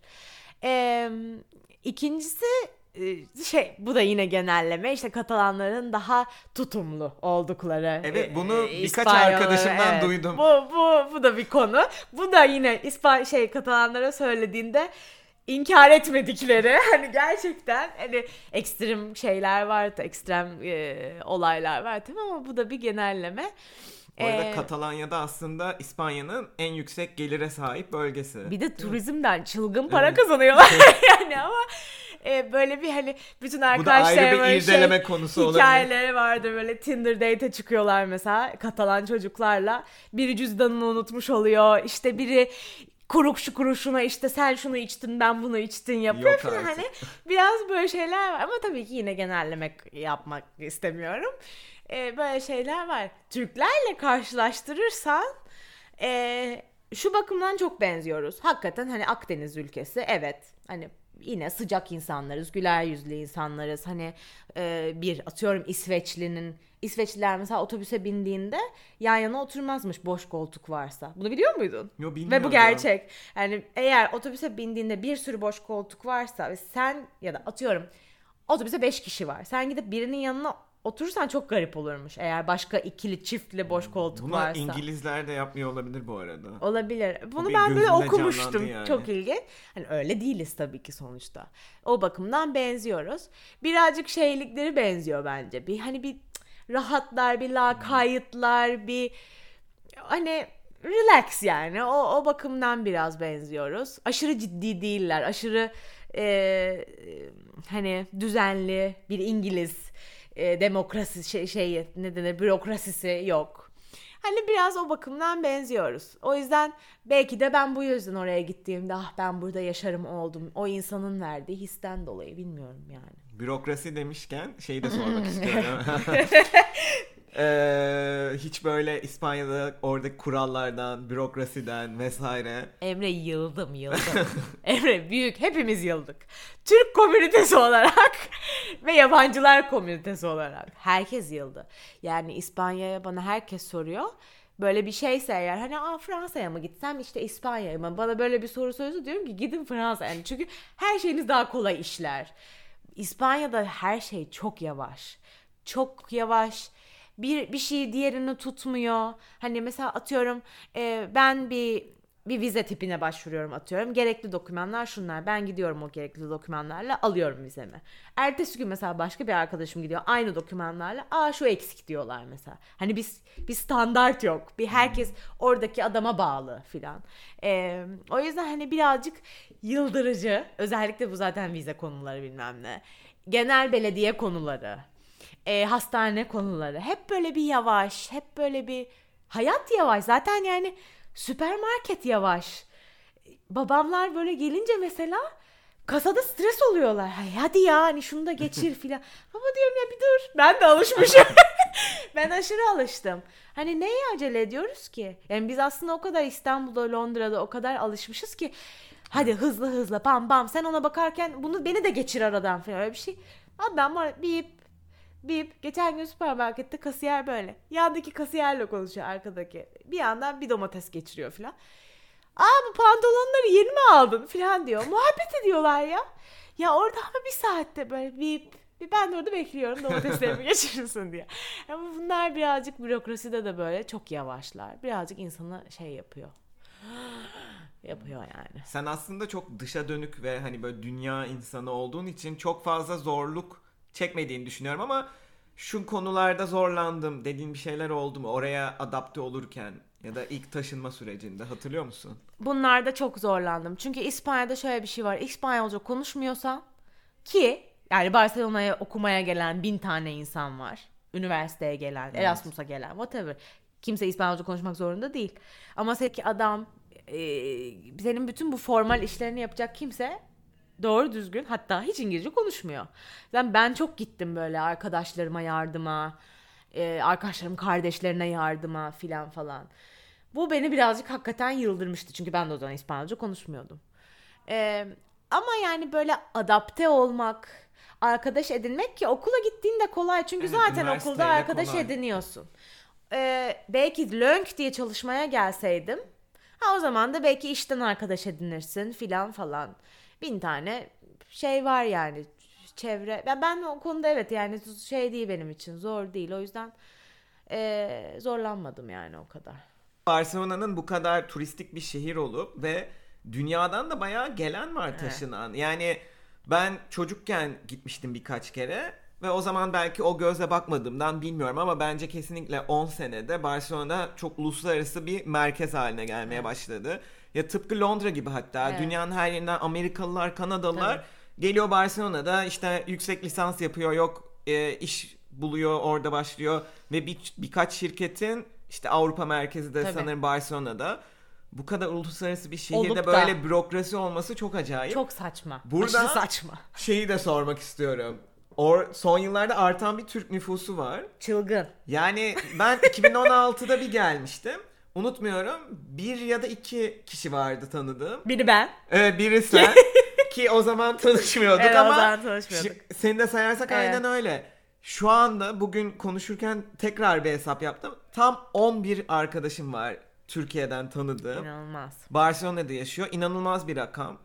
Speaker 2: İkincisi bu da yine genelleme işte Katalanların daha tutumlu oldukları.
Speaker 1: Evet bunu birkaç arkadaşımdan duydum.
Speaker 2: Bu da bir konu. Bu da yine Katalanlara söylediğinde inkar etmedikleri hani gerçekten hani ekstrem şeyler var, ekstrem olaylar var tabii ama bu da bir genelleme.
Speaker 1: Bu arada Katalanya'da aslında İspanya'nın en yüksek gelire sahip bölgesi.
Speaker 2: Bir de turizmden çılgın para kazanıyorlar yani ama böyle bir hani bütün arkadaşlarım
Speaker 1: bu da ayrı bir irdeleme konusu olabilir.
Speaker 2: Hikayeleri vardı böyle Tinder date'e çıkıyorlar mesela Katalan çocuklarla. Biri cüzdanını unutmuş oluyor işte biri kuruşuna işte sen şunu içtin ben bunu içtin yapıyor falan hani biraz böyle şeyler var ama tabii ki yine genellemek yapmak istemiyorum. Böyle şeyler var. Türklerle karşılaştırırsan şu bakımdan çok benziyoruz. Hakikaten hani Akdeniz ülkesi evet hani yine sıcak insanlarız, güler yüzlü insanlarız. Hani bir atıyorum İsveçliler mesela otobüse bindiğinde yan yana oturmazmış boş koltuk varsa. Bunu biliyor muydun?
Speaker 1: Yo, bilmiyordum.
Speaker 2: Ve bu gerçek. Yani eğer otobüse bindiğinde bir sürü boş koltuk varsa ve sen ya da atıyorum otobüse 5 kişi var. Sen gidip birinin yanına oturursan çok garip olurmuş eğer başka ikili çiftli boş koltuk varsa.
Speaker 1: Bunu İngilizler de yapmıyor olabilir bu arada.
Speaker 2: Olabilir. Bunu ben böyle okumuştum.
Speaker 1: Yani.
Speaker 2: Çok ilginç. Hani öyle değiliz tabii ki sonuçta. O bakımdan benziyoruz. Birazcık şeylikleri benziyor bence. Bir hani bir rahatlar, bir lakaytlar, bir hani relax yani. O bakımdan biraz benziyoruz. Aşırı ciddi değiller. Aşırı hani düzenli bir İngiliz demokrasi ne denir bürokrasisi yok. Hani biraz o bakımdan benziyoruz. O yüzden belki de ben bu yüzden oraya gittiğimde ben burada yaşarım oldum. O insanın verdiği histen dolayı bilmiyorum yani.
Speaker 1: Bürokrasi demişken şeyi de sormak istiyorum. Hiç böyle İspanya'da oradaki kurallardan, bürokrasiden vesaire.
Speaker 2: Emre yıldım. Emre büyük hepimiz yıldık. Türk komünitesi olarak ve yabancılar komünitesi olarak herkes yıldı. Yani İspanya'ya bana herkes soruyor. Böyle bir şeyse eğer hani Fransa'ya mı gitsem işte İspanya'ya mı? Bana böyle bir soru soruyorsa diyorum ki gidin Fransa. Yani çünkü her şeyiniz daha kolay işler. İspanya'da her şey çok yavaş. Çok yavaş. Bir şey diğerini tutmuyor. Hani mesela atıyorum ben bir bir vize tipine başvuruyorum atıyorum. Gerekli dokümanlar şunlar. Ben gidiyorum o gerekli dokümanlarla alıyorum vizemi. Ertesi gün mesela başka bir arkadaşım gidiyor aynı dokümanlarla. Şu eksik diyorlar mesela. Hani bir standart yok. Bir herkes oradaki adama bağlı filan. O yüzden hani birazcık yıldırıcı. Özellikle bu zaten vize konuları bilmem ne. Genel belediye konuları. Hastane konuları. Hep böyle bir yavaş. Hep böyle bir hayat yavaş. Zaten yani süpermarket yavaş. Babamlar böyle gelince mesela kasada stres oluyorlar. Hadi ya hani şunu da geçir filan. Baba diyorum ya bir dur. Ben de alışmışım. Ben aşırı alıştım. Hani neye acele ediyoruz ki? Yani biz aslında o kadar İstanbul'da, Londra'da o kadar alışmışız ki hadi hızlı hızlı bam bam sen ona bakarken beni de geçir aradan falan öyle bir şey. Adam var bip. Geçen gün süpermarkette kasiyer böyle. Yandaki kasiyerle konuşuyor arkadaki. Bir yandan bir domates geçiriyor falan. Bu pantolonları yeni mi aldın falan diyor. Muhabbet ediyorlar ya. Ya orada ama bir saatte böyle bip. Ben de orada bekliyorum domateslerimi geçirirsin diye. Ama bunlar birazcık bürokraside de böyle çok yavaşlar. Birazcık insanı şey yapıyor. Yapıyor yani.
Speaker 1: Sen aslında çok dışa dönük ve hani böyle dünya insanı olduğun için çok fazla zorluk çekmediğini düşünüyorum ama şu konularda zorlandım dediğin bir şeyler oldu mu? Oraya adapte olurken ya da ilk taşınma sürecinde hatırlıyor musun?
Speaker 2: Bunlarda çok zorlandım. Çünkü İspanya'da şöyle bir şey var. İspanyolca konuşmuyorsan ki yani Barcelona'ya okumaya gelen 1000 tane insan var. Üniversiteye gelen, evet. Erasmus'a gelen, whatever. Kimse İspanyolca konuşmak zorunda değil. Ama adam senin bütün bu formal işlerini yapacak kimse doğru düzgün hatta hiç İngilizce konuşmuyor. Ben çok gittim böyle arkadaşlarıma yardıma, arkadaşlarım kardeşlerine yardıma filan falan. Bu beni birazcık hakikaten yıldırmıştı. Çünkü ben de o zaman İspanyolca konuşmuyordum. Ama yani böyle adapte olmak, arkadaş edinmek ki okula gittiğinde kolay. Çünkü evet, zaten okulda arkadaş kolay ediniyorsun. Belki lönk diye çalışmaya gelseydim. O zaman da belki işten arkadaş edinirsin filan falan. 1000 tane şey var yani çevre. Ben o konuda evet yani şey değil benim için zor değil. O yüzden zorlanmadım yani o kadar.
Speaker 1: Barcelona'nın bu kadar turistik bir şehir olup ve dünyadan da bayağı gelen var taşınan. Evet. Yani ben çocukken gitmiştim birkaç kere ve o zaman belki o gözle bakmadığımdan bilmiyorum ama bence kesinlikle 10 senede Barcelona çok uluslararası bir merkez haline gelmeye başladı. Ya tıpkı Londra gibi hatta dünyanın her yerinden Amerikalılar, Kanadalılar geliyor Barcelona'da işte yüksek lisans yapıyor yok iş buluyor orada başlıyor ve birkaç şirketin işte Avrupa merkezi de sanırım Barcelona'da. Bu kadar uluslararası bir şehirde böyle bürokrasi olması çok acayip.
Speaker 2: Çok saçma.
Speaker 1: Burada
Speaker 2: aşırı saçma.
Speaker 1: Şeyi de sormak istiyorum. Son yıllarda artan bir Türk nüfusu var.
Speaker 2: Çılgın.
Speaker 1: Yani ben 2016'da bir gelmiştim. Unutmuyorum. 1 ya da 2 kişi vardı tanıdığım.
Speaker 2: Biri ben.
Speaker 1: Evet biri sen. Ki o zaman tanışmıyorduk
Speaker 2: evet,
Speaker 1: ama.
Speaker 2: o zaman tanışmıyorduk.
Speaker 1: Seni de sayarsak aynen öyle. Şu anda bugün konuşurken tekrar bir hesap yaptım. Tam 11 arkadaşım var Türkiye'den tanıdığım.
Speaker 2: İnanılmaz.
Speaker 1: Barcelona'da yaşıyor. İnanılmaz bir rakam.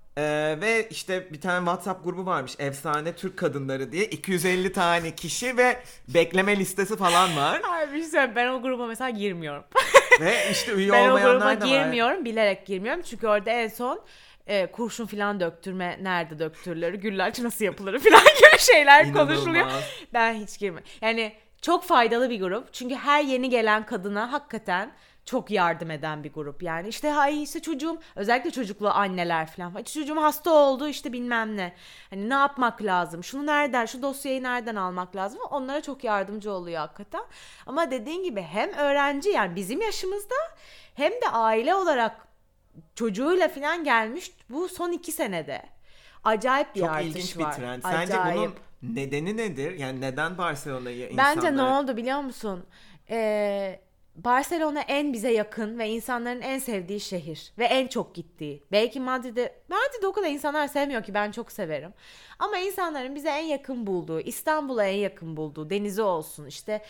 Speaker 1: Ve işte bir tane WhatsApp grubu varmış. Efsane Türk Kadınları diye. 250 tane kişi ve bekleme listesi falan var.
Speaker 2: Abi ben o gruba mesela girmiyorum.
Speaker 1: Ve işte üye olmayanlar da var.
Speaker 2: Ben o gruba girmiyorum. Bilerek girmiyorum. Çünkü orada en son kurşun falan döktürme, nerede döktürülür, güllaç nasıl yapılır falan gibi şeyler konuşuluyor. Ben hiç girmiyorum. Yani çok faydalı bir grup. Çünkü her yeni gelen kadına hakikaten çok yardım eden bir grup. Yani işte işte çocuğum, özellikle çocuklu anneler falan. Çocuğum hasta oldu işte bilmem ne. Hani ne yapmak lazım? Şu dosyayı nereden almak lazım? Onlara çok yardımcı oluyor hakikaten. Ama dediğin gibi hem öğrenci yani bizim yaşımızda hem de aile olarak çocuğuyla falan gelmiş bu son 2 senede. Acayip bir
Speaker 1: çok
Speaker 2: artış var.
Speaker 1: Çok ilginç bir trend. Sence bunun nedeni nedir? Yani neden Barcelona'yı insanlar...
Speaker 2: Bence ne oldu biliyor musun? Barcelona en bize yakın ve insanların en sevdiği şehir ve en çok gittiği. Belki Madrid'de o kadar insanlar sevmiyor ki ben çok severim. Ama insanların bize en yakın bulduğu, İstanbul'a en yakın bulduğu, denizi olsun işte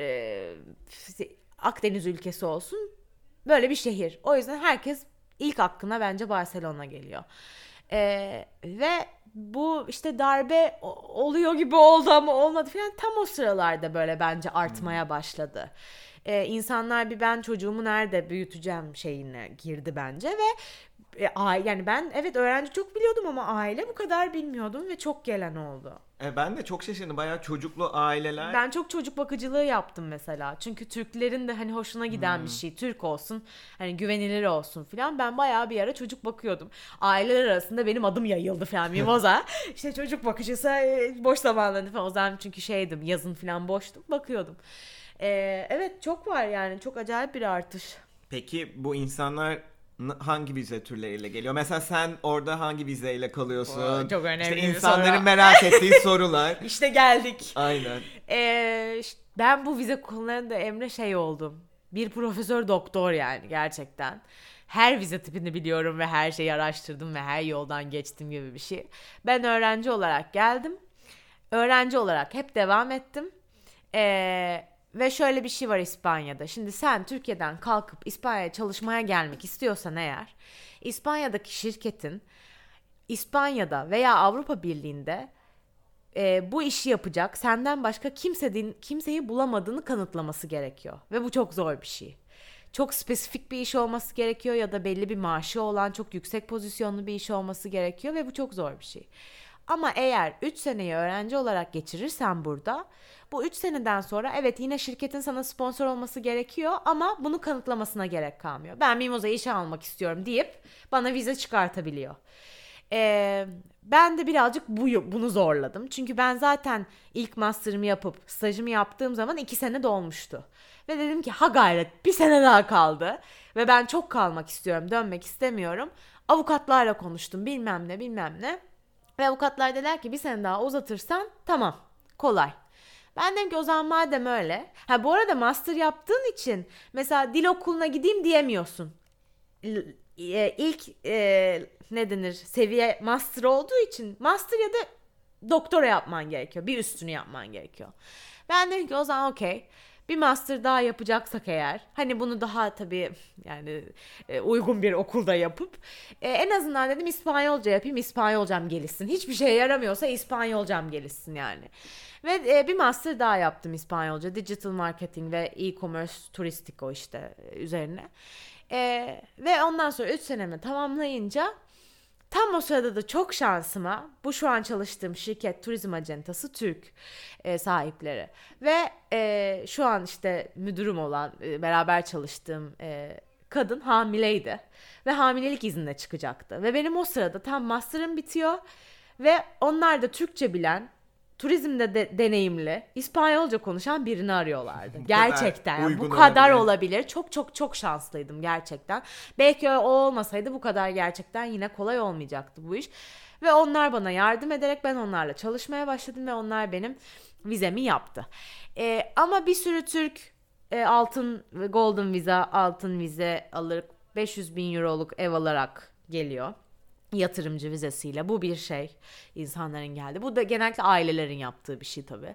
Speaker 2: Akdeniz ülkesi olsun böyle bir şehir. O yüzden herkes ilk aklına bence Barcelona geliyor. Ve bu işte darbe oluyor gibi oldu ama olmadı falan, tam o sıralarda böyle bence artmaya başladı. İnsanlar bir ben çocuğumu nerede büyüteceğim şeyine girdi bence ve yani ben evet öğrenci çok biliyordum ama aile bu kadar bilmiyordum ve çok gelen oldu.
Speaker 1: Ben de çok şaşırdım. Bayağı çocuklu aileler.
Speaker 2: Ben çok çocuk bakıcılığı yaptım mesela. Çünkü Türklerin de hani hoşuna giden bir şey. Türk olsun, hani güvenilir olsun falan. Ben bayağı bir ara çocuk bakıyordum. Aileler arasında benim adım yayıldı falan. Mimoza. İşte çocuk bakıcısı, boş zamanlarında falan. O zaman çünkü şeydim, yazın falan boştum. Bakıyordum. Evet, çok var yani. Çok acayip bir artış.
Speaker 1: Peki bu insanlar hangi vize türleriyle geliyor? Mesela sen orada hangi vizeyle kalıyorsun?
Speaker 2: Çok önemli
Speaker 1: İşte
Speaker 2: bir
Speaker 1: insanların
Speaker 2: soru.
Speaker 1: merak ettiği sorular.
Speaker 2: İşte geldik.
Speaker 1: Aynen.
Speaker 2: Ben bu vize konularında Emre şey oldum. Bir profesör doktor yani gerçekten. Her vize tipini biliyorum ve her şeyi araştırdım ve her yoldan geçtim gibi bir şey. Ben öğrenci olarak geldim. Öğrenci olarak hep devam ettim. Ve şöyle bir şey var İspanya'da. Şimdi sen Türkiye'den kalkıp İspanya'ya çalışmaya gelmek istiyorsan eğer, İspanya'daki şirketin İspanya'da veya Avrupa Birliği'nde bu işi yapacak senden başka kimseyi bulamadığını kanıtlaması gerekiyor. Ve bu çok zor bir şey. Çok spesifik bir iş olması gerekiyor ya da belli bir maaşı olan çok yüksek pozisyonlu bir iş olması gerekiyor ve bu çok zor bir şey. Ama eğer 3 seneyi öğrenci olarak geçirirsen burada, bu 3 seneden sonra evet yine şirketin sana sponsor olması gerekiyor ama bunu kanıtlamasına gerek kalmıyor. Ben Mimoza'ya işe almak istiyorum deyip bana vize çıkartabiliyor. Ben de birazcık bunu zorladım. Çünkü ben zaten ilk master'ımı yapıp stajımı yaptığım zaman 2 sene dolmuştu. Ve dedim ki ha gayret, bir sene daha kaldı. Ve ben çok kalmak istiyorum, dönmek istemiyorum. Avukatlarla konuştum, bilmem ne. Ve avukatlar dediler ki bir sene daha uzatırsan tamam, kolay. Ben dedim ki o zaman madem öyle. Bu arada master yaptığın için mesela dil okuluna gideyim diyemiyorsun. İlk ne denir, seviye master olduğu için master ya da doktora yapman gerekiyor. Bir üstünü yapman gerekiyor. Ben dedim ki o zaman okey. Bir master daha yapacaksak eğer, hani bunu daha tabii yani uygun bir okulda yapıp en azından dedim İspanyolca yapayım, İspanyolcam gelişsin. Hiçbir şeye yaramıyorsa İspanyolcam gelişsin yani. Ve bir master daha yaptım İspanyolca, digital marketing ve e-commerce turistiko işte üzerine. Ve ondan sonra 3 senemi tamamlayınca tam o sırada da çok şansıma bu şu an çalıştığım şirket turizm acentası Türk sahipleri ve şu an işte müdürüm olan beraber çalıştığım kadın hamileydi ve hamilelik iznine çıkacaktı ve benim o sırada tam master'ım bitiyor ve onlar da Türkçe bilen, turizmde deneyimli, İspanyolca konuşan birini arıyorlardı. Gerçekten bu kadar olabilir. Çok çok çok şanslıydım gerçekten. Belki o olmasaydı bu kadar gerçekten yine kolay olmayacaktı bu iş. Ve onlar bana yardım ederek ben onlarla çalışmaya başladım ve onlar benim vizemi yaptı. Ama bir sürü Türk altın golden viza, altın vize alır 500.000 euroluk ev alarak geliyor. Yatırımcı vizesiyle. Bu bir şey. İnsanların geldi. Bu da genellikle ailelerin yaptığı bir şey tabii.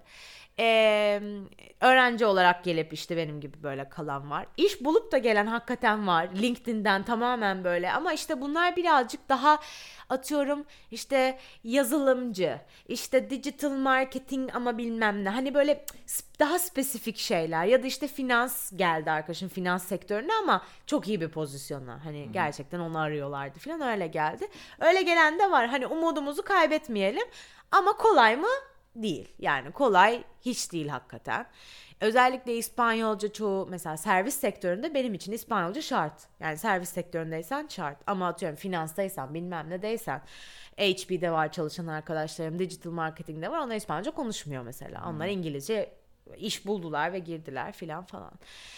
Speaker 2: Öğrenci olarak gelip işte benim gibi böyle kalan var. İş bulup da gelen hakikaten var. LinkedIn'den tamamen böyle. Ama işte bunlar birazcık daha atıyorum işte yazılımcı, işte digital marketing ama bilmem ne. Hani böyle daha spesifik şeyler ya da işte finans geldi arkadaşım finans sektörüne ama çok iyi bir pozisyona. Hani gerçekten onu arıyorlardı falan öyle geldi. Öyle gelen de var. Hani umudumuzu kaybetmeyelim ama kolay mı? Değil. Yani kolay hiç değil hakikaten. Özellikle İspanyolca çoğu mesela servis sektöründe benim için İspanyolca şart. Yani servis sektöründeysen şart. Ama atıyorum finanstaysan bilmem ne deysen HP'de var çalışan arkadaşlarım, digital marketing'de var. Onlar İspanyolca konuşmuyor mesela. Onlar İngilizce iş buldular ve girdiler filan falan.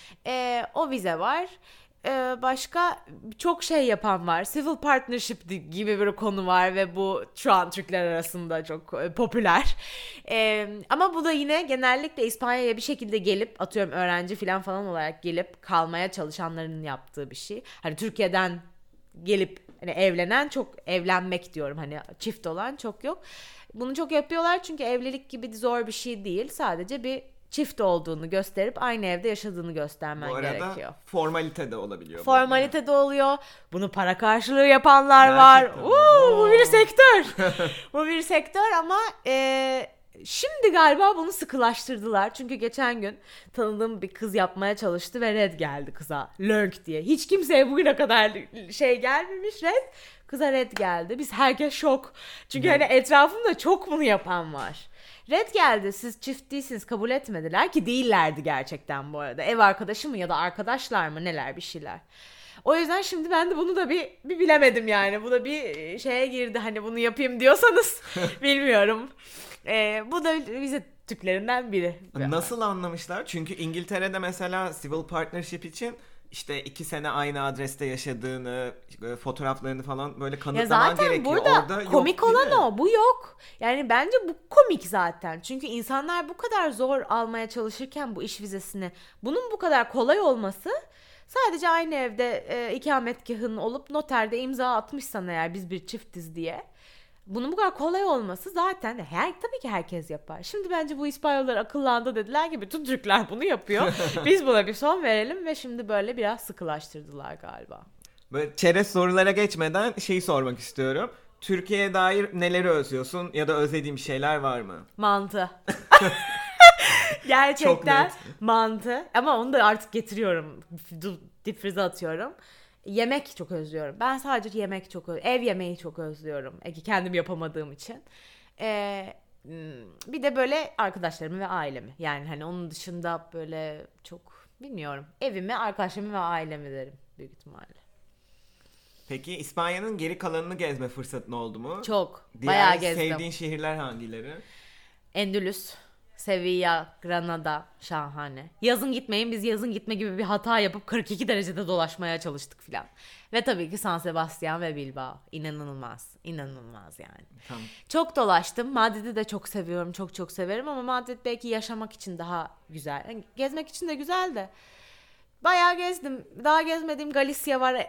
Speaker 2: O vize var. Başka çok şey yapan var. Civil partnership gibi bir konu var ve bu şu an Türkler arasında çok popüler. Ama bu da yine genellikle İspanya'ya bir şekilde gelip atıyorum öğrenci falan olarak gelip kalmaya çalışanların yaptığı bir şey. Hani Türkiye'den gelip hani evlenen çok evlenmek diyorum hani çift olan çok yok. Bunu çok yapıyorlar çünkü evlilik gibi zor bir şey değil. Sadece bir çift olduğunu gösterip aynı evde yaşadığını göstermen gerekiyor.
Speaker 1: Bu arada formalite de olabiliyor.
Speaker 2: Formalite de oluyor. Bunu para karşılığı yapanlar var. Bu bir sektör. Bu bir sektör ama şimdi galiba bunu sıkılaştırdılar. Çünkü geçen gün tanıdığım bir kız yapmaya çalıştı ve red geldi kıza. Lönk diye. Hiç kimseye bugüne kadar gelmemiş red. Kıza red geldi. Biz herkes şok. Çünkü hani etrafımda çok bunu yapan var. Red geldi. Siz çift değilsiniz, kabul etmediler ki değillerdi gerçekten bu arada. Ev arkadaşı mı ya da arkadaşlar mı neler bir şeyler. O yüzden şimdi ben de bunu da bir bilemedim yani. Bu da bir şeye girdi. Hani bunu yapayım diyorsanız bilmiyorum. Bu da vize Türklerinden biri.
Speaker 1: Nasıl anlamışlar? Çünkü İngiltere'de mesela civil partnership için işte 2 sene aynı adreste yaşadığını, fotoğraflarını falan böyle kanıtlaman gerekiyor.
Speaker 2: Ya zaten burada komik
Speaker 1: yok,
Speaker 2: olan o. Bu yok. Yani bence bu komik zaten. Çünkü insanlar bu kadar zor almaya çalışırken bu iş vizesini, bunun bu kadar kolay olması, sadece aynı evde ikametgahın olup noterde imza atmışsan eğer biz bir çiftiz diye, bunun bu kadar kolay olması zaten tabii ki herkes yapar. Şimdi bence bu İspanyollar akıllandı, dediler ki bütün Türkler bunu yapıyor. Biz buna bir son verelim ve şimdi böyle biraz sıkılaştırdılar galiba.
Speaker 1: Böyle çerez sorulara geçmeden şeyi sormak istiyorum. Türkiye'ye dair neleri özlüyorsun ya da özlediğin şeyler var mı?
Speaker 2: Mantı. Gerçekten mantı. Ama onu da artık getiriyorum. Difrize atıyorum. Yemek çok özlüyorum. Ben sadece yemek çok özlüyorum. Ev yemeği çok özlüyorum. Kendim yapamadığım için. Bir de böyle arkadaşlarımı ve ailemi. Yani hani onun dışında böyle çok bilmiyorum. Evimi, arkadaşlarımı ve ailemi derim büyük ihtimalle.
Speaker 1: Peki İspanya'nın geri kalanını gezme fırsatın oldu mu?
Speaker 2: Çok. Bayağı gezdim.
Speaker 1: Sevdiğin şehirler hangileri?
Speaker 2: Endülüs, Sevilla, Granada şahane. Yazın gitmeyin, biz yazın gitme gibi bir hata yapıp 42 derecede dolaşmaya çalıştık filan. Ve tabii ki San Sebastian ve Bilbao. İnanılmaz. İnanılmaz yani.
Speaker 1: Tamam.
Speaker 2: Çok dolaştım. Madrid'i de çok seviyorum. Çok çok severim ama Madrid belki yaşamak için daha güzel. Yani gezmek için de güzel de. Bayağı gezdim. Daha gezmediğim Galicia var.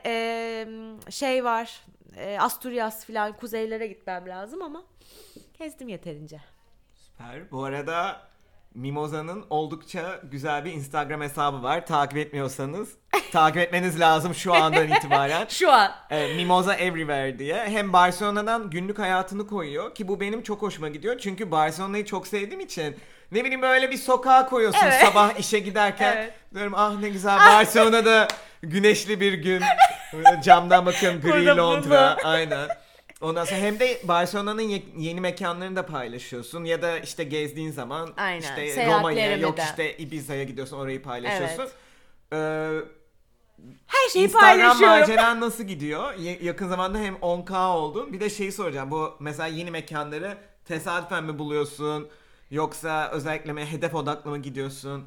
Speaker 2: Var. Asturias filan. Kuzeylere gitmem lazım ama gezdim yeterince.
Speaker 1: Süper. Bu arada Mimoza'nın oldukça güzel bir Instagram hesabı var. Takip etmiyorsanız takip etmeniz lazım şu andan itibaren.
Speaker 2: Şu an.
Speaker 1: Mimoza Everywhere diye. Hem Barcelona'dan günlük hayatını koyuyor ki bu benim çok hoşuma gidiyor. Çünkü Barcelona'yı çok sevdiğim için ne bileyim böyle bir sokağa koyuyorsun sabah işe giderken. Diyorum ne güzel Barcelona'da güneşli bir gün. Camdan bakıyorum gri Londra. Aynen. Ondan sonra hem de Barcelona'nın yeni mekanlarını da paylaşıyorsun ya da işte gezdiğin zaman işte Roma'ya yok işte Ibiza'ya gidiyorsun, orayı paylaşıyorsun. Evet.
Speaker 2: Her şeyi
Speaker 1: Instagram
Speaker 2: paylaşıyorum.
Speaker 1: maceran nasıl gidiyor? Yakın zamanda hem 10K oldun. Bir de şeyi soracağım. Bu mesela yeni mekanları tesadüfen mi buluyorsun? Yoksa özellikle hedef odaklı mı gidiyorsun?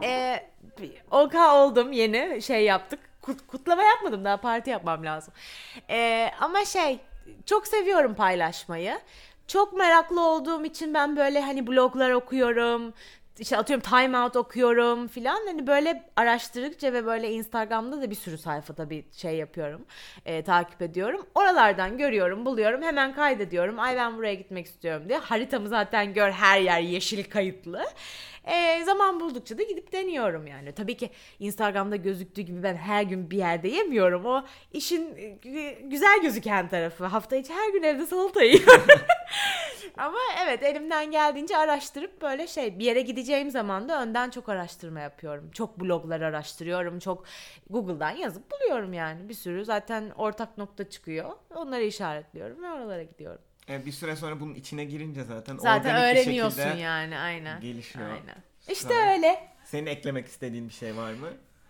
Speaker 2: 10K oldum, yeni yaptık. Kutlama yapmadım, daha parti yapmam lazım. Ama çok seviyorum paylaşmayı. Çok meraklı olduğum için ben böyle hani bloglar okuyorum. İşte atıyorum Time Out okuyorum filan. Hani böyle araştırdıkça ve böyle Instagram'da da bir sürü sayfada bir yapıyorum. Takip ediyorum. Oralardan görüyorum, buluyorum. Hemen kaydediyorum. Ben buraya gitmek istiyorum diye. Haritamı zaten gör, her yer yeşil kayıtlı. Zaman buldukça da gidip deniyorum yani. Tabii ki Instagram'da gözüktüğü gibi ben her gün bir yerde yemiyorum. O işin güzel gözüken tarafı. Hafta içi her gün evde salata yiyorum. Ama evet, elimden geldiğince araştırıp böyle bir yere gideceğim zaman da önden çok araştırma yapıyorum. Çok bloglar araştırıyorum. Çok Google'dan yazıp buluyorum yani. Bir sürü zaten ortak nokta çıkıyor. Onları işaretliyorum ve oralara gidiyorum.
Speaker 1: Bir süre sonra bunun içine girince zaten
Speaker 2: öğreniyorsun yani, aynen.
Speaker 1: Gelişiyor.
Speaker 2: Aynen. İşte öyle.
Speaker 1: Senin eklemek istediğin bir şey var mı?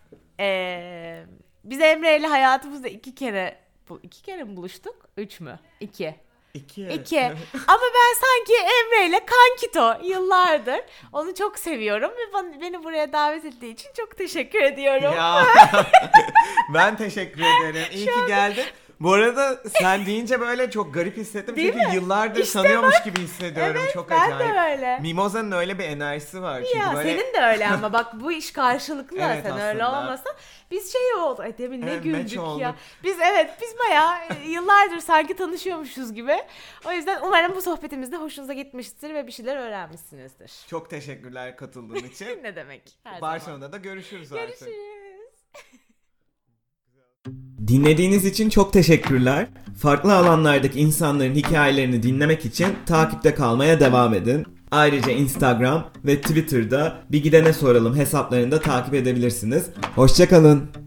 Speaker 2: Biz Emre ile hayatımızda 2 kere mi buluştuk? 3 mü? 2.
Speaker 1: 2.
Speaker 2: Ama ben sanki Emre ile kankito yıllardır. Onu çok seviyorum ve beni buraya davet ettiği için çok teşekkür ediyorum.
Speaker 1: Ya, ben teşekkür ederim. İyi ki geldin. Bu arada sen deyince böyle çok garip hissettim.
Speaker 2: Değil
Speaker 1: çünkü
Speaker 2: mi?
Speaker 1: yıllardır
Speaker 2: İşte
Speaker 1: tanıyormuş gibi hissediyorum.
Speaker 2: Evet,
Speaker 1: çok
Speaker 2: ben
Speaker 1: acayip.
Speaker 2: de öyle.
Speaker 1: Mimoza'nın öyle bir enerjisi var. Çünkü
Speaker 2: Ya
Speaker 1: böyle...
Speaker 2: senin de öyle ama bak bu iş karşılıklı.
Speaker 1: Evet,
Speaker 2: Sen öyle
Speaker 1: aslında.
Speaker 2: olmasa biz şey oldu. Ay demin ne
Speaker 1: Evet,
Speaker 2: güldük
Speaker 1: match
Speaker 2: ya.
Speaker 1: olduk.
Speaker 2: Biz bayağı yıllardır sanki tanışıyormuşuz gibi. O yüzden umarım bu sohbetimizde hoşunuza gitmiştir ve bir şeyler öğrenmişsinizdir.
Speaker 1: Çok teşekkürler katıldığın için.
Speaker 2: Ne demek? Her zaman.
Speaker 1: Barcelona'da da görüşürüz artık.
Speaker 2: Görüşürüz.
Speaker 1: Dinlediğiniz için çok teşekkürler. Farklı alanlardaki insanların hikayelerini dinlemek için takipte kalmaya devam edin. Ayrıca Instagram ve Twitter'da Bir Gidene Soralım hesaplarını da takip edebilirsiniz. Hoşça kalın.